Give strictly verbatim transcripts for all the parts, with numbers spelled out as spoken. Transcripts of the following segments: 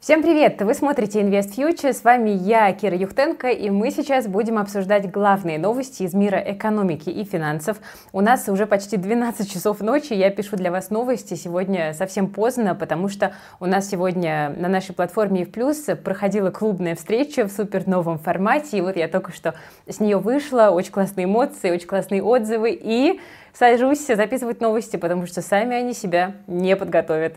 Всем привет! Вы смотрите Invest Future, с вами я, Кира Юхтенко, и мы сейчас будем обсуждать главные новости из мира экономики и финансов. У нас уже почти двенадцать часов ночи, я пишу для вас новости сегодня совсем поздно, потому что у нас сегодня на нашей платформе EVPlus проходила клубная встреча в супер новом формате, и вот я только что с нее вышла, очень классные эмоции, очень классные отзывы, и сажусь записывать новости, потому что сами они себя не подготовят.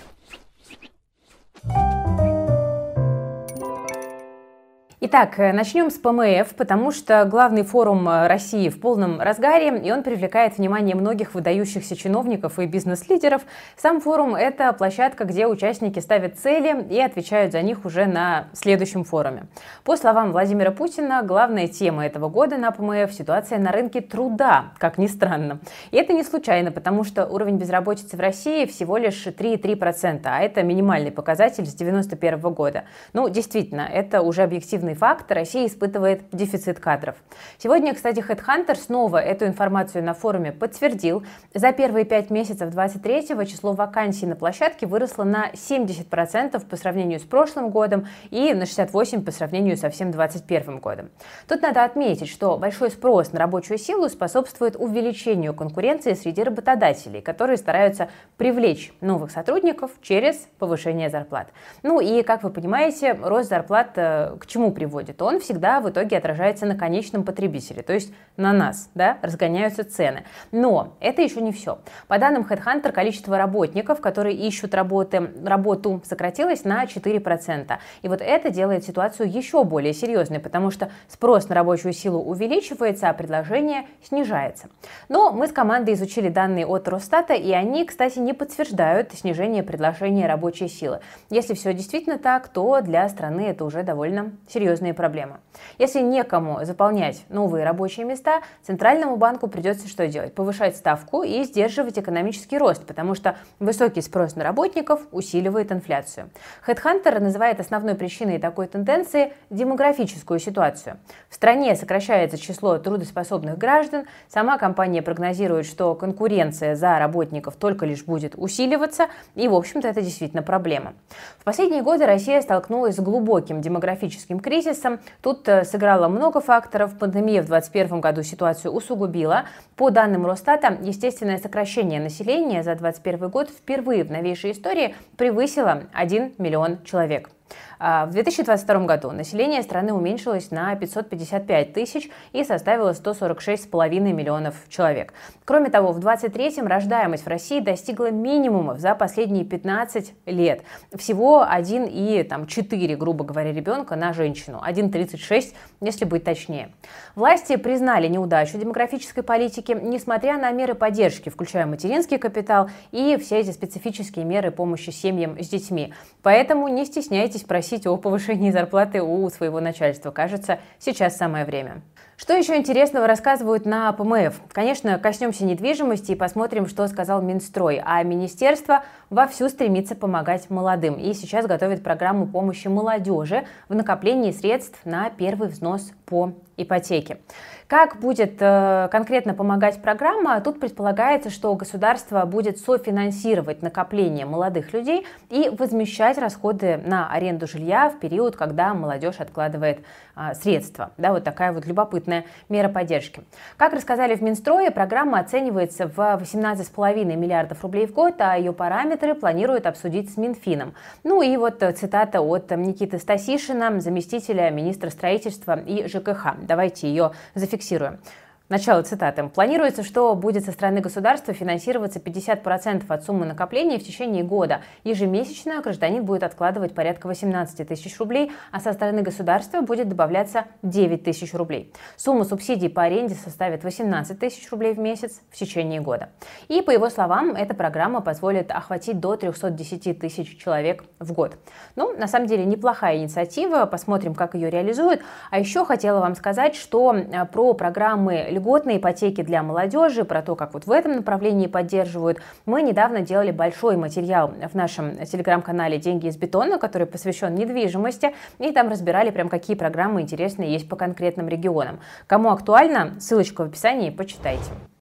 Итак, начнем с ПМФ, потому что главный форум России в полном разгаре, и он привлекает внимание многих выдающихся чиновников и бизнес-лидеров. Сам форум – это площадка, где участники ставят цели и отвечают за них уже на следующем форуме. По словам Владимира Путина, главная тема этого года на ПМФ – ситуация на рынке труда, как ни странно. И это не случайно, потому что уровень безработицы в России всего лишь три и три десятых процента, а это минимальный показатель с девяносто первого года. Ну, действительно, это уже объективно факт, Россия испытывает дефицит кадров. Сегодня, кстати, HeadHunter снова эту информацию на форуме подтвердил. За первые пять месяцев две тысячи двадцать третьего число вакансий на площадке выросло на семьдесят процентов по сравнению с прошлым годом и на шестьдесят восемь процентов по сравнению со всем две тысячи двадцать первым годом. Тут надо отметить, что большой спрос на рабочую силу способствует увеличению конкуренции среди работодателей, которые стараются привлечь новых сотрудников через повышение зарплат. Ну и, как вы понимаете, рост зарплат к чему приводит? Он всегда в итоге отражается на конечном потребителе, то есть на нас, да, разгоняются цены. Но это еще не все. По данным HeadHunter, количество работников, которые ищут работы, работу, сократилось на четыре процента. И вот это делает ситуацию еще более серьезной, потому что спрос на рабочую силу увеличивается, а предложение снижается. Но мы с командой изучили данные от Росстата, и они, кстати, не подтверждают снижение предложения рабочей силы. Если все действительно так, то для страны это уже довольно серьезно. Серьезные проблемы. Если некому заполнять новые рабочие места, Центральному банку придется что делать? Повышать ставку и сдерживать экономический рост, потому что высокий спрос на работников усиливает инфляцию. HeadHunter называет основной причиной такой тенденции демографическую ситуацию. В стране сокращается число трудоспособных граждан, сама компания прогнозирует, что конкуренция за работников только лишь будет усиливаться, и, в общем-то, это действительно проблема. В последние годы Россия столкнулась с глубоким демографическим кризисом. Кризисом. Тут сыграло много факторов. Пандемия в две тысячи двадцать первом году ситуацию усугубила. По данным Росстата, естественное сокращение населения за две тысячи двадцать первый год впервые в новейшей истории превысило один миллион человек. В две тысячи двадцать втором году население страны уменьшилось на пятьсот пятьдесят пять тысяч и составило сто сорок шесть с половиной миллионов человек. Кроме того, в две тысячи двадцать третьем рождаемость в России достигла минимумов за последние пятнадцать лет. Всего один и четыре, грубо говоря, ребенка на женщину. один и тридцать шесть, если быть точнее. Власти признали неудачу демографической политики, несмотря на меры поддержки, включая материнский капитал и все эти специфические меры помощи семьям с детьми. Поэтому не стесняйтесь просить о повышении зарплаты у своего начальства. Кажется, сейчас самое время. Что еще интересного рассказывают на ПМФ? Конечно, коснемся недвижимости и посмотрим, что сказал Минстрой. А министерство вовсю стремится помогать молодым. И сейчас готовит программу помощи молодежи в накоплении средств на первый взнос по ипотеке. Как будет э, конкретно помогать программа? Тут предполагается, что государство будет софинансировать накопление молодых людей и возмещать расходы на аренду жилья в период, когда молодежь откладывает э, средства. Да, вот такая вот любопытная мера поддержки. Как рассказали в Минстрое, программа оценивается в восемнадцать с половиной миллиардов рублей в год, а ее параметры планируют обсудить с Минфином. Ну и вот цитата от Никиты Стасишина, заместителя министра строительства и ЖКХ. Давайте ее зафиксируем. Начало цитаты. Планируется, что будет со стороны государства финансироваться пятьдесят процентов от суммы накопления в течение года. Ежемесячно гражданин будет откладывать порядка восемнадцати тысяч рублей, а со стороны государства будет добавляться девять тысяч рублей. Сумма субсидий по аренде составит восемнадцать тысяч рублей в месяц в течение года. И, по его словам, эта программа позволит охватить до трёхсот десяти тысяч человек в год. Ну, на самом деле, неплохая инициатива. Посмотрим, как ее реализуют. А еще хотела вам сказать, что про программы льготные ипотеки для молодежи, про то, как вот в этом направлении поддерживают. Мы недавно делали большой материал в нашем телеграм-канале «Деньги из бетона», который посвящен недвижимости, и там разбирали прям, какие программы интересные есть по конкретным регионам. Кому актуально, ссылочка в описании, почитайте.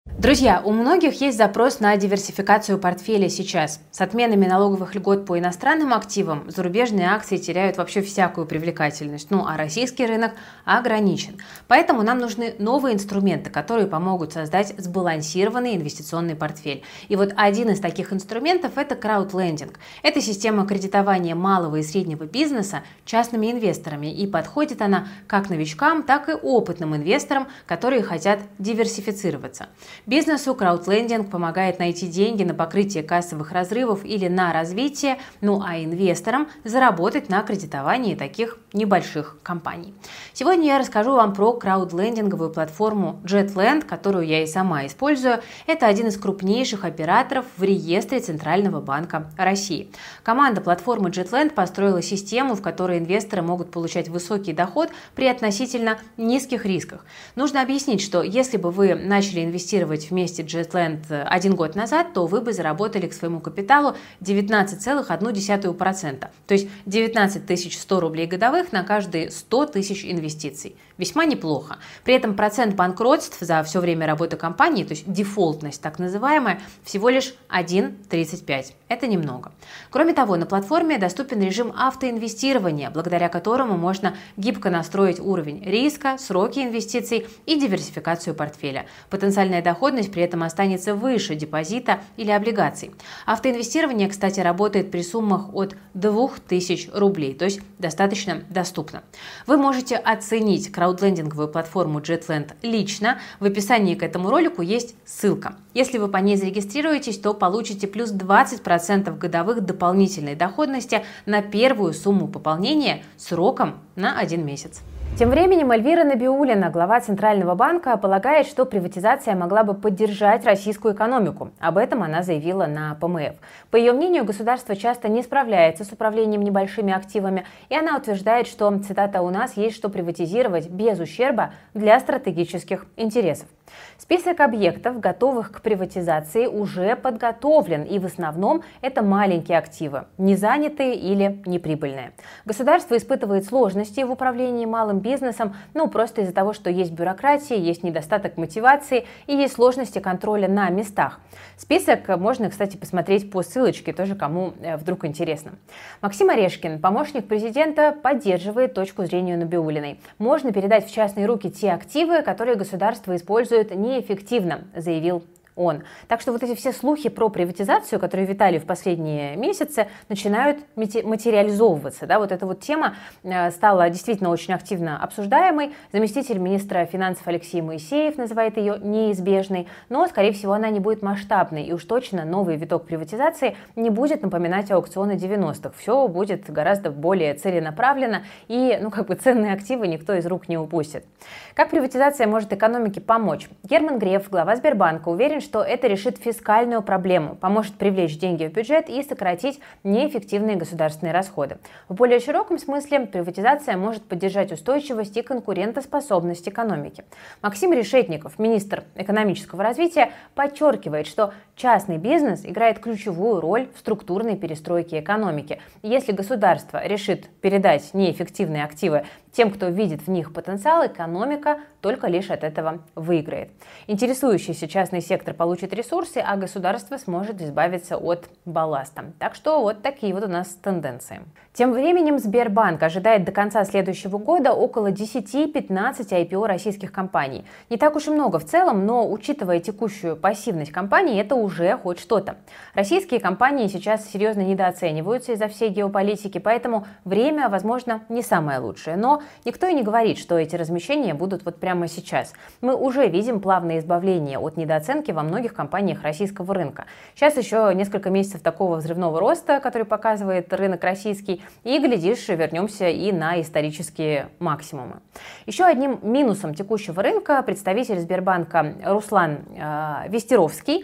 Друзья, у многих есть запрос на диверсификацию портфеля сейчас. С отменами налоговых льгот по иностранным активам зарубежные акции теряют вообще всякую привлекательность, ну а российский рынок ограничен. Поэтому нам нужны новые инструменты, которые помогут создать сбалансированный инвестиционный портфель. И вот один из таких инструментов – это краудлендинг. Это система кредитования малого и среднего бизнеса частными инвесторами, и подходит она как новичкам, так и опытным инвесторам, которые хотят диверсифицироваться. Бизнесу краудлендинг помогает найти деньги на покрытие кассовых разрывов или на развитие, ну а инвесторам заработать на кредитовании таких небольших компаний. Сегодня я расскажу вам про краудлендинговую платформу JetLend, которую я и сама использую. Это один из крупнейших операторов в реестре Центрального банка России. Команда платформы JetLend построила систему, в которой инвесторы могут получать высокий доход при относительно низких рисках. Нужно объяснить, что если бы вы начали инвестировать вместе JetLend один год назад, то вы бы заработали к своему капиталу девятнадцать целых одну десятую процента, то есть девятнадцать тысяч сто рублей годовых на каждые сто тысяч инвестиций. Весьма неплохо. При этом процент банкротств за все время работы компании, то есть дефолтность так называемая, всего лишь один целых тридцать пять сотых. Это немного. Кроме того, на платформе доступен режим автоинвестирования, благодаря которому можно гибко настроить уровень риска, сроки инвестиций и диверсификацию портфеля. Потенциальная доходность при этом останется выше депозита или облигаций. Автоинвестирование, кстати, работает при суммах от двух тысяч рублей, то есть достаточно доступно. Вы можете оценить краудлендинговую платформу JetLend лично. В описании к этому ролику есть ссылка. Если вы по ней зарегистрируетесь, то получите плюс двадцать процентов годовых дополнительной доходности на первую сумму пополнения сроком на один месяц. Тем временем Эльвира Набиуллина, глава Центрального банка, полагает, что приватизация могла бы поддержать российскую экономику. Об этом она заявила на ПМФ. По ее мнению, государство часто не справляется с управлением небольшими активами, и она утверждает, что, цитата, «у нас есть что приватизировать без ущерба для стратегических интересов». Список объектов, готовых к приватизации, уже подготовлен, и в основном это маленькие активы, незанятые или неприбыльные. Государство испытывает сложности в управлении малым бизнесом, ну просто из-за того, что есть бюрократия, есть недостаток мотивации и есть сложности контроля на местах. Список можно, кстати, посмотреть по ссылочке, тоже кому вдруг интересно. Максим Орешкин, помощник президента, поддерживает точку зрения Набиуллиной. Можно передать в частные руки те активы, которые государство использует неэффективно, заявил он. Так что вот эти все слухи про приватизацию, которые витали в последние месяцы, начинают материализовываться. Да? Вот эта вот тема стала действительно очень активно обсуждаемой. Заместитель министра финансов Алексей Моисеев называет ее неизбежной, но, скорее всего, она не будет масштабной. И уж точно новый виток приватизации не будет напоминать аукционы девяностых. Все будет гораздо более целенаправленно, и ну, как бы ценные активы никто из рук не упустит. Как приватизация может экономике помочь? Герман Греф, глава Сбербанка, уверен, что это решит фискальную проблему, поможет привлечь деньги в бюджет и сократить неэффективные государственные расходы. В более широком смысле приватизация может поддержать устойчивость и конкурентоспособность экономики. Максим Решетников, министр экономического развития, подчеркивает, что частный бизнес играет ключевую роль в структурной перестройке экономики. Если государство решит передать неэффективные активы тем, кто видит в них потенциал, экономика только лишь от этого выиграет. Интересующийся частный сектор получит ресурсы, а государство сможет избавиться от балласта. Так что вот такие вот у нас тенденции. Тем временем Сбербанк ожидает до конца следующего года около десяти-пятнадцати ай пи о российских компаний. Не так уж и много в целом, но учитывая текущую пассивность компаний, это уже хоть что-то. Российские компании сейчас серьезно недооцениваются из-за всей геополитики, поэтому время, возможно, не самое лучшее. Но никто и не говорит, что эти размещения будут вот прямо сейчас. Мы уже видим плавное избавление от недооценки во многих компаниях российского рынка. Сейчас еще несколько месяцев такого взрывного роста, который показывает рынок российский, и, глядишь, вернемся и на исторические максимумы. Еще одним минусом текущего рынка представитель Сбербанка Руслан э, Вестеровский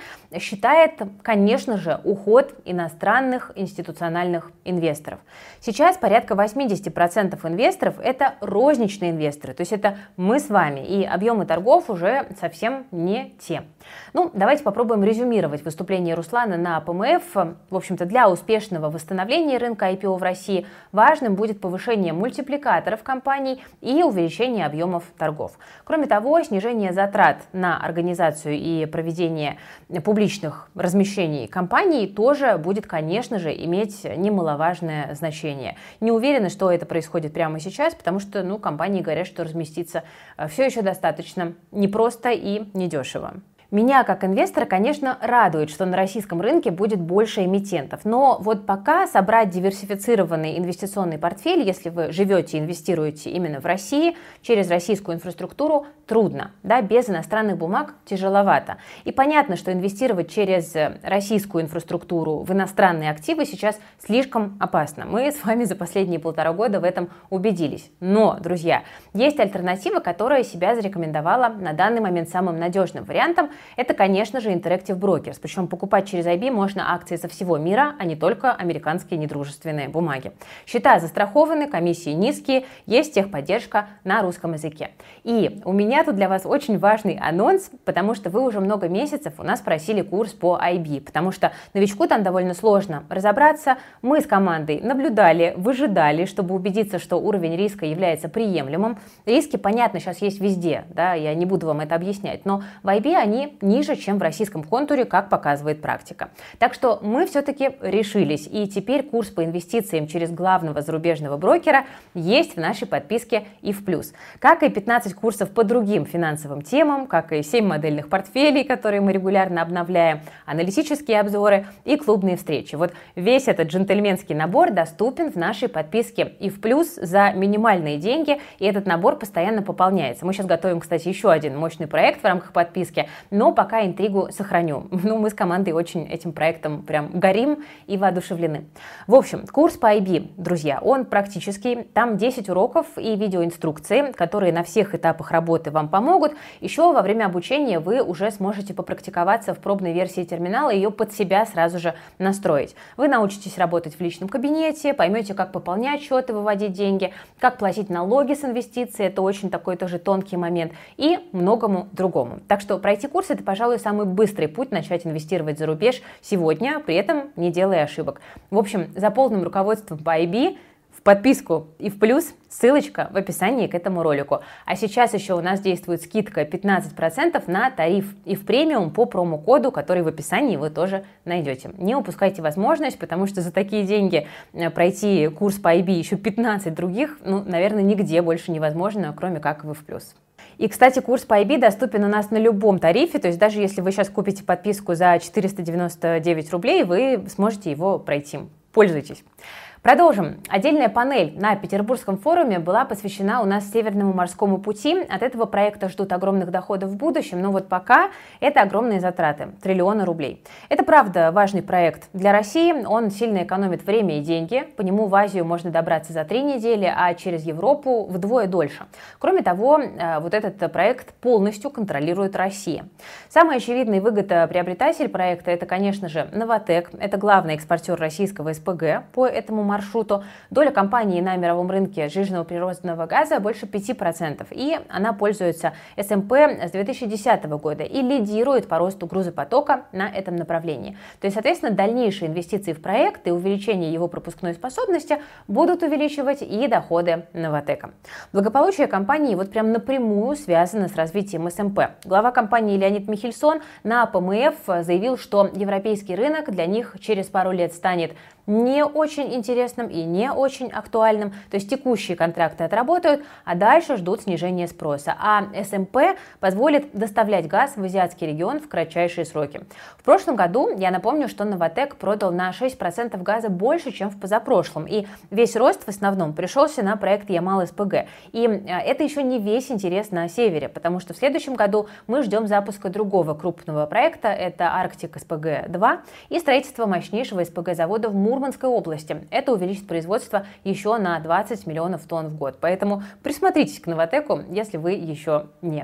считает, конечно же, уход иностранных институциональных инвесторов. Сейчас порядка восемьдесят процентов инвесторов – это розничные инвесторы, то есть это мы с вами, и объемы торгов уже совсем не те. Ну, давайте попробуем резюмировать выступление Руслана на ПМФ. В общем-то, для успешного восстановления рынка ай пи о в России важным будет повышение мультипликаторов компаний и увеличение объемов торгов. Кроме того, снижение затрат на организацию и проведение публичных размещений компаний тоже будет, конечно же, иметь немаловажное значение. Не уверена, что это происходит прямо сейчас, потому что, ну, компании говорят, что разместиться все еще достаточно непросто и недешево. Меня, как инвестора, конечно, радует, что на российском рынке будет больше эмитентов. Но вот пока собрать диверсифицированный инвестиционный портфель, если вы живете и инвестируете именно в России, через российскую инфраструктуру, трудно. Да, без иностранных бумаг тяжеловато. И понятно, что инвестировать через российскую инфраструктуру в иностранные активы сейчас слишком опасно. Мы с вами за последние полтора года в этом убедились. Но, друзья, есть альтернатива, которая себя зарекомендовала на данный момент самым надежным вариантом. Это, конечно же, Interactive Brokers. Причем покупать через ай би можно акции со всего мира, а не только американские недружественные бумаги. Счета застрахованы, комиссии низкие, есть техподдержка на русском языке. И у меня тут для вас очень важный анонс, потому что вы уже много месяцев у нас просили курс по ай би, потому что новичку там довольно сложно разобраться. Мы с командой наблюдали, выжидали, чтобы убедиться, что уровень риска является приемлемым. Риски, понятно, сейчас есть везде, да, я не буду вам это объяснять, но в ай би они ниже, чем в российском контуре, как показывает практика. Так что мы все-таки решились, и теперь курс по инвестициям через главного зарубежного брокера есть в нашей подписке и в плюс. Как и пятнадцать курсов по другим финансовым темам, как и семь модельных портфелей, которые мы регулярно обновляем, аналитические обзоры и клубные встречи. Вот весь этот джентльменский набор доступен в нашей подписке и в плюс за минимальные деньги, и этот набор постоянно пополняется. Мы сейчас готовим, кстати, еще один мощный проект в рамках подписки, но пока интригу сохраню. Ну, мы с командой очень этим проектом прям горим и воодушевлены. В общем, курс по ай би, друзья, он практический. Там десять уроков и видеоинструкции, которые на всех этапах работы вам помогут. Еще во время обучения вы уже сможете попрактиковаться в пробной версии терминала, ее под себя сразу же настроить. Вы научитесь работать в личном кабинете, поймете, как пополнять счеты, выводить деньги, как платить налоги с инвестиций, это очень такой тоже тонкий момент, и многому другому. Так что пройти курс — это, пожалуй, самый быстрый путь начать инвестировать за рубеж сегодня, при этом не делая ошибок. В общем, за полным руководством по ай би в подписку и в плюс ссылочка в описании к этому ролику. А сейчас еще у нас действует скидка пятнадцать процентов на тариф и в премиум по промокоду, который в описании вы тоже найдете. Не упускайте возможность, потому что за такие деньги пройти курс по ай би еще пятнадцать других, ну, наверное, нигде больше невозможно, кроме как вы в плюс. И, кстати, курс по ай би доступен у нас на любом тарифе, то есть даже если вы сейчас купите подписку за четыреста девяносто девять рублей, вы сможете его пройти. Пользуйтесь. Продолжим. Отдельная панель на Петербургском форуме была посвящена у нас Северному морскому пути. От этого проекта ждут огромных доходов в будущем, но вот пока это огромные затраты, триллионы рублей. Это правда важный проект для России, он сильно экономит время и деньги, по нему в Азию можно добраться за три недели, а через Европу вдвое дольше. Кроме того, вот этот проект полностью контролирует Россия. Самый очевидный выгодоприобретатель проекта — это, конечно же, Новатэк, это главный экспортер российского эс пэ гэ по этому маршруту. Доля компании на мировом рынке сжиженного природного газа больше пяти процентов, и она пользуется эс эм пэ с две тысячи десятого года и лидирует по росту грузопотока на этом направлении. То есть, соответственно, дальнейшие инвестиции в проект и увеличение его пропускной способности будут увеличивать и доходы Новатэка. Благополучие компании вот прям напрямую связано с развитием эс эм пэ. Глава компании Леонид Михельсон на пэ эм эф заявил, что европейский рынок для них через пару лет станет не очень интересным и не очень актуальным, то есть текущие контракты отработают, а дальше ждут снижения спроса, а эс эм пэ позволит доставлять газ в азиатский регион в кратчайшие сроки. В прошлом году, я напомню, что Новатэк продал на шесть процентов газа больше, чем в позапрошлом, и весь рост в основном пришелся на проект Ямал эс пэ гэ. И это еще не весь интерес на севере, потому что в следующем году мы ждем запуска другого крупного проекта, это Арктик эс пэ гэ два, и строительство мощнейшего эс пэ гэ-завода в Мурманске, Мурманской области. Это увеличит производство еще на двадцать миллионов тонн в год. Поэтому присмотритесь к Новатэку, если вы еще не.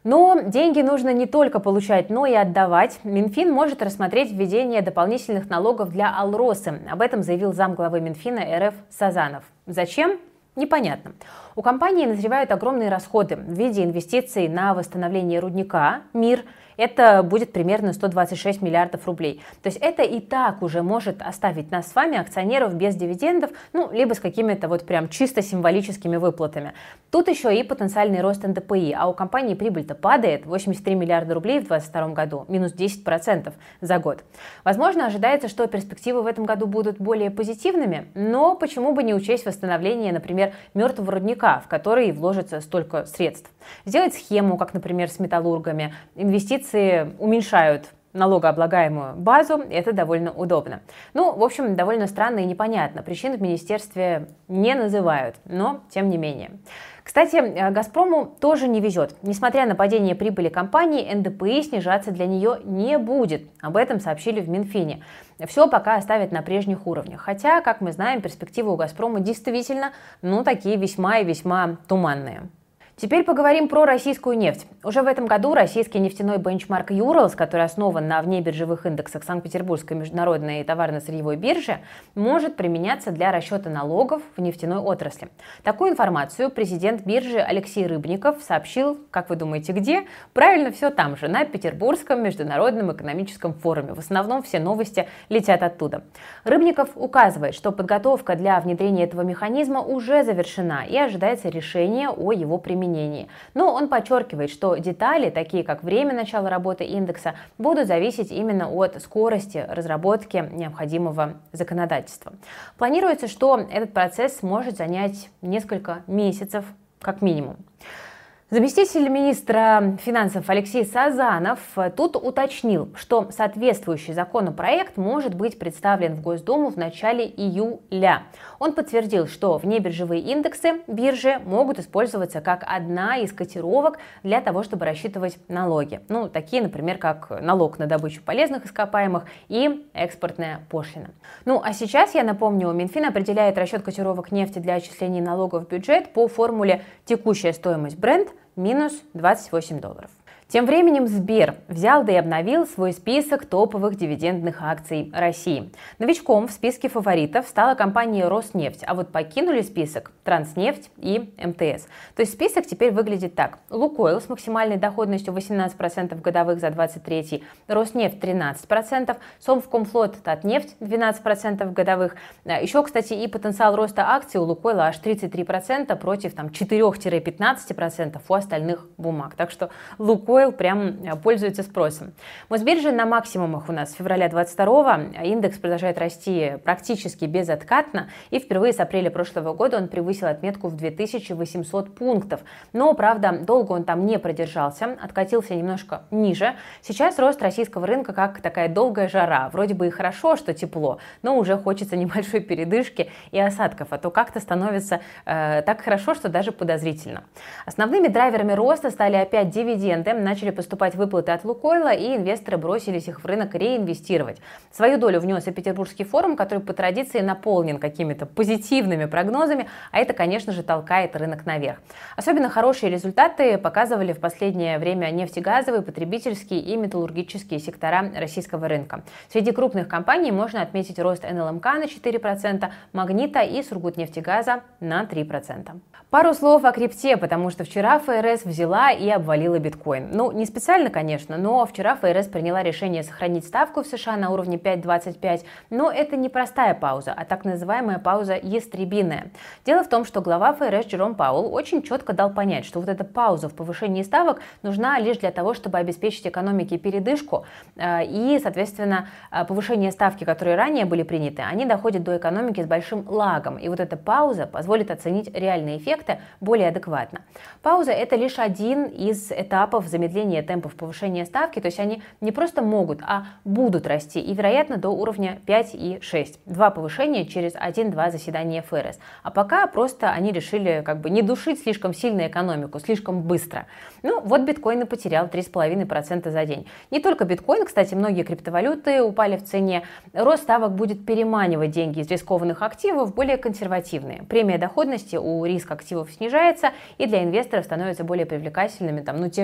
Но деньги нужно не только получать, но и отдавать. Минфин может рассмотреть введение дополнительных налогов для Алросы. Об этом заявил замглавы Минфина эр эф Сазанов. Зачем? Непонятно. У компании назревают огромные расходы в виде инвестиций на восстановление рудника «Мир». Это будет примерно сто двадцать шесть миллиардов рублей. То есть это и так уже может оставить нас с вами, акционеров, без дивидендов, ну, либо с какими-то вот прям чисто символическими выплатами. Тут еще и потенциальный рост эн дэ пэ и, а у компании прибыль-то падает, восемьдесят три миллиарда рублей в две тысячи двадцать втором году, минус десять процентов за год. Возможно, ожидается, что перспективы в этом году будут более позитивными, но почему бы не учесть восстановление, например, мертвого рудника, в который вложится столько средств. Сделать схему, как, например, с металлургами, инвестиции уменьшают налогооблагаемую базу, это довольно удобно. Ну, в общем, довольно странно и непонятно. Причин в министерстве не называют, но тем не менее. Кстати, «Газпрому» тоже не везет. Несмотря на падение прибыли компании, эн дэ пэ и снижаться для нее не будет. Об этом сообщили в Минфине. Все пока оставят на прежних уровнях. Хотя, как мы знаем, перспективы у «Газпрома» действительно, ну, такие весьма и весьма туманные. Теперь поговорим про российскую нефть. Уже в этом году российский нефтяной бенчмарк Юралс, который основан на внебиржевых индексах Санкт-Петербургской международной товарно-сырьевой биржи, может применяться для расчета налогов в нефтяной отрасли. Такую информацию президент биржи Алексей Рыбников сообщил, как вы думаете, где? Правильно, все там же, на Петербургском международном экономическом форуме. В основном все новости летят оттуда. Рыбников указывает, что подготовка для внедрения этого механизма уже завершена и ожидается решение о его применении. Но он подчеркивает, что детали, такие как время начала работы индекса, будут зависеть именно от скорости разработки необходимого законодательства. Планируется, что этот процесс может занять несколько месяцев как минимум. Заместитель министра финансов Алексей Сазанов тут уточнил, что соответствующий законопроект может быть представлен в Госдуму в начале июля. Он подтвердил, что внебиржевые индексы биржи могут использоваться как одна из котировок для того, чтобы рассчитывать налоги. Ну, такие, например, как налог на добычу полезных ископаемых и экспортная пошлина. Ну, а сейчас, я напомню, Минфин определяет расчет котировок нефти для отчисления налогов в бюджет по формуле «текущая стоимость Brent минус двадцать восемь долларов». Тем временем Сбер взял да и обновил свой список топовых дивидендных акций России. Новичком в списке фаворитов стала компания Роснефть, а вот покинули список Транснефть и эм тэ эс. То есть список теперь выглядит так. Лукойл с максимальной доходностью восемнадцать процентов годовых за двадцать третий, Роснефть тринадцать процентов, Совкомфлот, Татнефть двенадцать процентов годовых. Еще, кстати, и потенциал роста акций у Лукойла аж тридцать три процента против там, четыре-пятнадцать процентов у остальных бумаг. Так что Лукойл прям пользуется спросом. Мосбиржа на максимумах у нас с февраля двадцать второго. Индекс продолжает расти практически безоткатно. И впервые с апреля прошлого года он превысил отметку в две тысячи восемьсот пунктов. Но, правда, долго он там не продержался. Откатился немножко ниже. Сейчас рост российского рынка как такая долгая жара. Вроде бы и хорошо, что тепло, но уже хочется небольшой передышки и осадков. А то как-то становится э, так хорошо, что даже подозрительно. Основными драйверами роста стали опять дивиденды. Начали поступать выплаты от Лукойла, и инвесторы бросились их в рынок реинвестировать. Свою долю внес и Петербургский форум, который по традиции наполнен какими-то позитивными прогнозами, а это, конечно же, толкает рынок наверх. Особенно хорошие результаты показывали в последнее время нефтегазовые, потребительские и металлургические сектора российского рынка. Среди крупных компаний можно отметить рост эн эл эм ка на четыре процента, Магнита и Сургутнефтегаза на три процента. Пару слов о крипте, потому что вчера эф эр эс взяла и обвалила биткоин. Ну, не специально, конечно, но вчера эф эр эс приняла решение сохранить ставку в США на уровне пять двадцать пять, но это не простая пауза, а так называемая пауза ястребиная. Дело в том, что глава эф эр эс Джером Пауэлл очень четко дал понять, что вот эта пауза в повышении ставок нужна лишь для того, чтобы обеспечить экономике передышку, и, соответственно, повышение ставки, которые ранее были приняты, они доходят до экономики с большим лагом, и вот эта пауза позволит оценить реальные эффекты более адекватно. Пауза – это лишь один из этапов замедления темпов повышения ставки, то есть они не просто могут, а будут расти, и, вероятно, до уровня пять и шесть. Два повышения через один-два заседания эф эр эс. А пока просто они решили как бы не душить слишком сильно экономику, слишком быстро. Ну, вот биткоин и потерял три целых пять десятых процента за день. Не только биткоин, кстати, многие криптовалюты упали в цене. Рост ставок будет переманивать деньги из рискованных активов в более консервативные. Премия доходности у риск активов снижается, и для инвесторов становятся более привлекательными там, ну, те же самые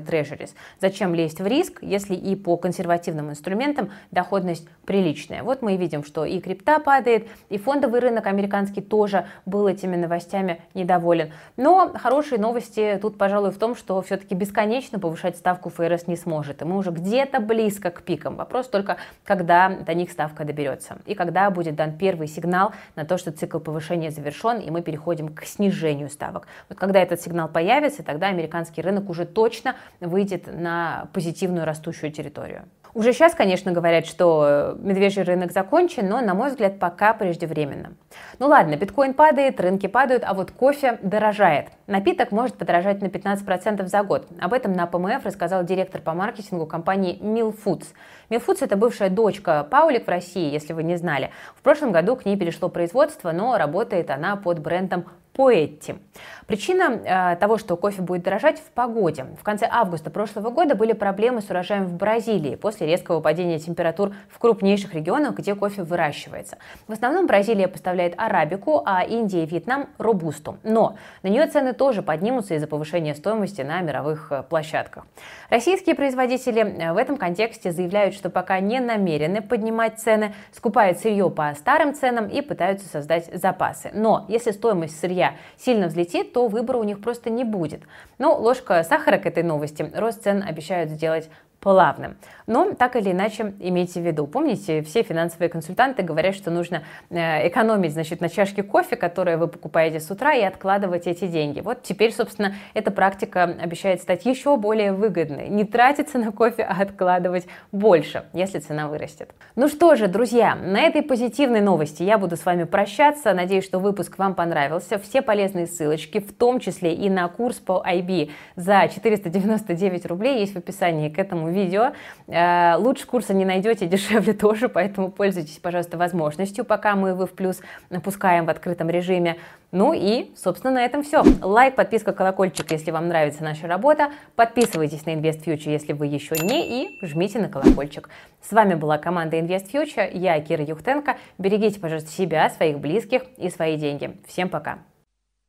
Treasuries. Зачем лезть в риск, если и по консервативным инструментам доходность приличная? Вот мы и видим, что и крипта падает, и фондовый рынок американский тоже был этими новостями недоволен. Но хорошие новости тут, пожалуй, в том, что все-таки бесконечно повышать ставку ФРС не сможет. И мы уже где-то близко к пикам. Вопрос только, когда до них ставка доберется. И когда будет дан первый сигнал на то, что цикл повышения завершен, и мы переходим к снижению ставок. Вот когда этот сигнал появится, тогда американский рынок уже точно выйдет на позитивную растущую территорию. Уже сейчас, конечно, говорят, что медвежий рынок закончен, но, на мой взгляд, пока преждевременно. Ну ладно, биткоин падает, рынки падают, а вот кофе дорожает. Напиток может подорожать на пятнадцать процентов за год. Об этом на ПМФ рассказал директор по маркетингу компании Mill Foods. Mill Foods – это бывшая дочка Паулик в России, если вы не знали. В прошлом году к ней перешло производство, но работает она под брендом Поэтти. Причина э, того, что кофе будет дорожать, в погоде. В конце августа прошлого года были проблемы с урожаем в Бразилии после резкого падения температур в крупнейших регионах, где кофе выращивается. В основном Бразилия поставляет арабику, а Индия и Вьетнам – робусту. Но на нее цены тоже поднимутся из-за повышения стоимости на мировых площадках. Российские производители в этом контексте заявляют, что пока не намерены поднимать цены, скупают сырье по старым ценам и пытаются создать запасы. Но если стоимость сырья сильно взлетит, то выбора у них просто не будет. Но ложка сахара к этой новости. Рост цен обещают сделать плавным. Но так или иначе имейте в виду. Помните, все финансовые консультанты говорят, что нужно э, экономить, значит, на чашке кофе, которую вы покупаете с утра, и откладывать эти деньги. Вот теперь, собственно, эта практика обещает стать еще более выгодной. Не тратиться на кофе, а откладывать больше, если цена вырастет. Ну что же, друзья, на этой позитивной новости я буду с вами прощаться. Надеюсь, что выпуск вам понравился. Все полезные ссылочки, в том числе и на курс по ай би за четыреста девяносто девять рублей, есть в описании к этому видео. Лучше курса не найдете, дешевле тоже, поэтому пользуйтесь, пожалуйста, возможностью, пока мы его в плюс напускаем в открытом режиме. Ну и, собственно, на этом все. Лайк, подписка, колокольчик, если вам нравится наша работа. Подписывайтесь на InvestFuture, если вы еще не, и жмите на колокольчик. С вами была команда InvestFuture, я Кира Юхтенко. Берегите, пожалуйста, себя, своих близких и свои деньги. Всем пока!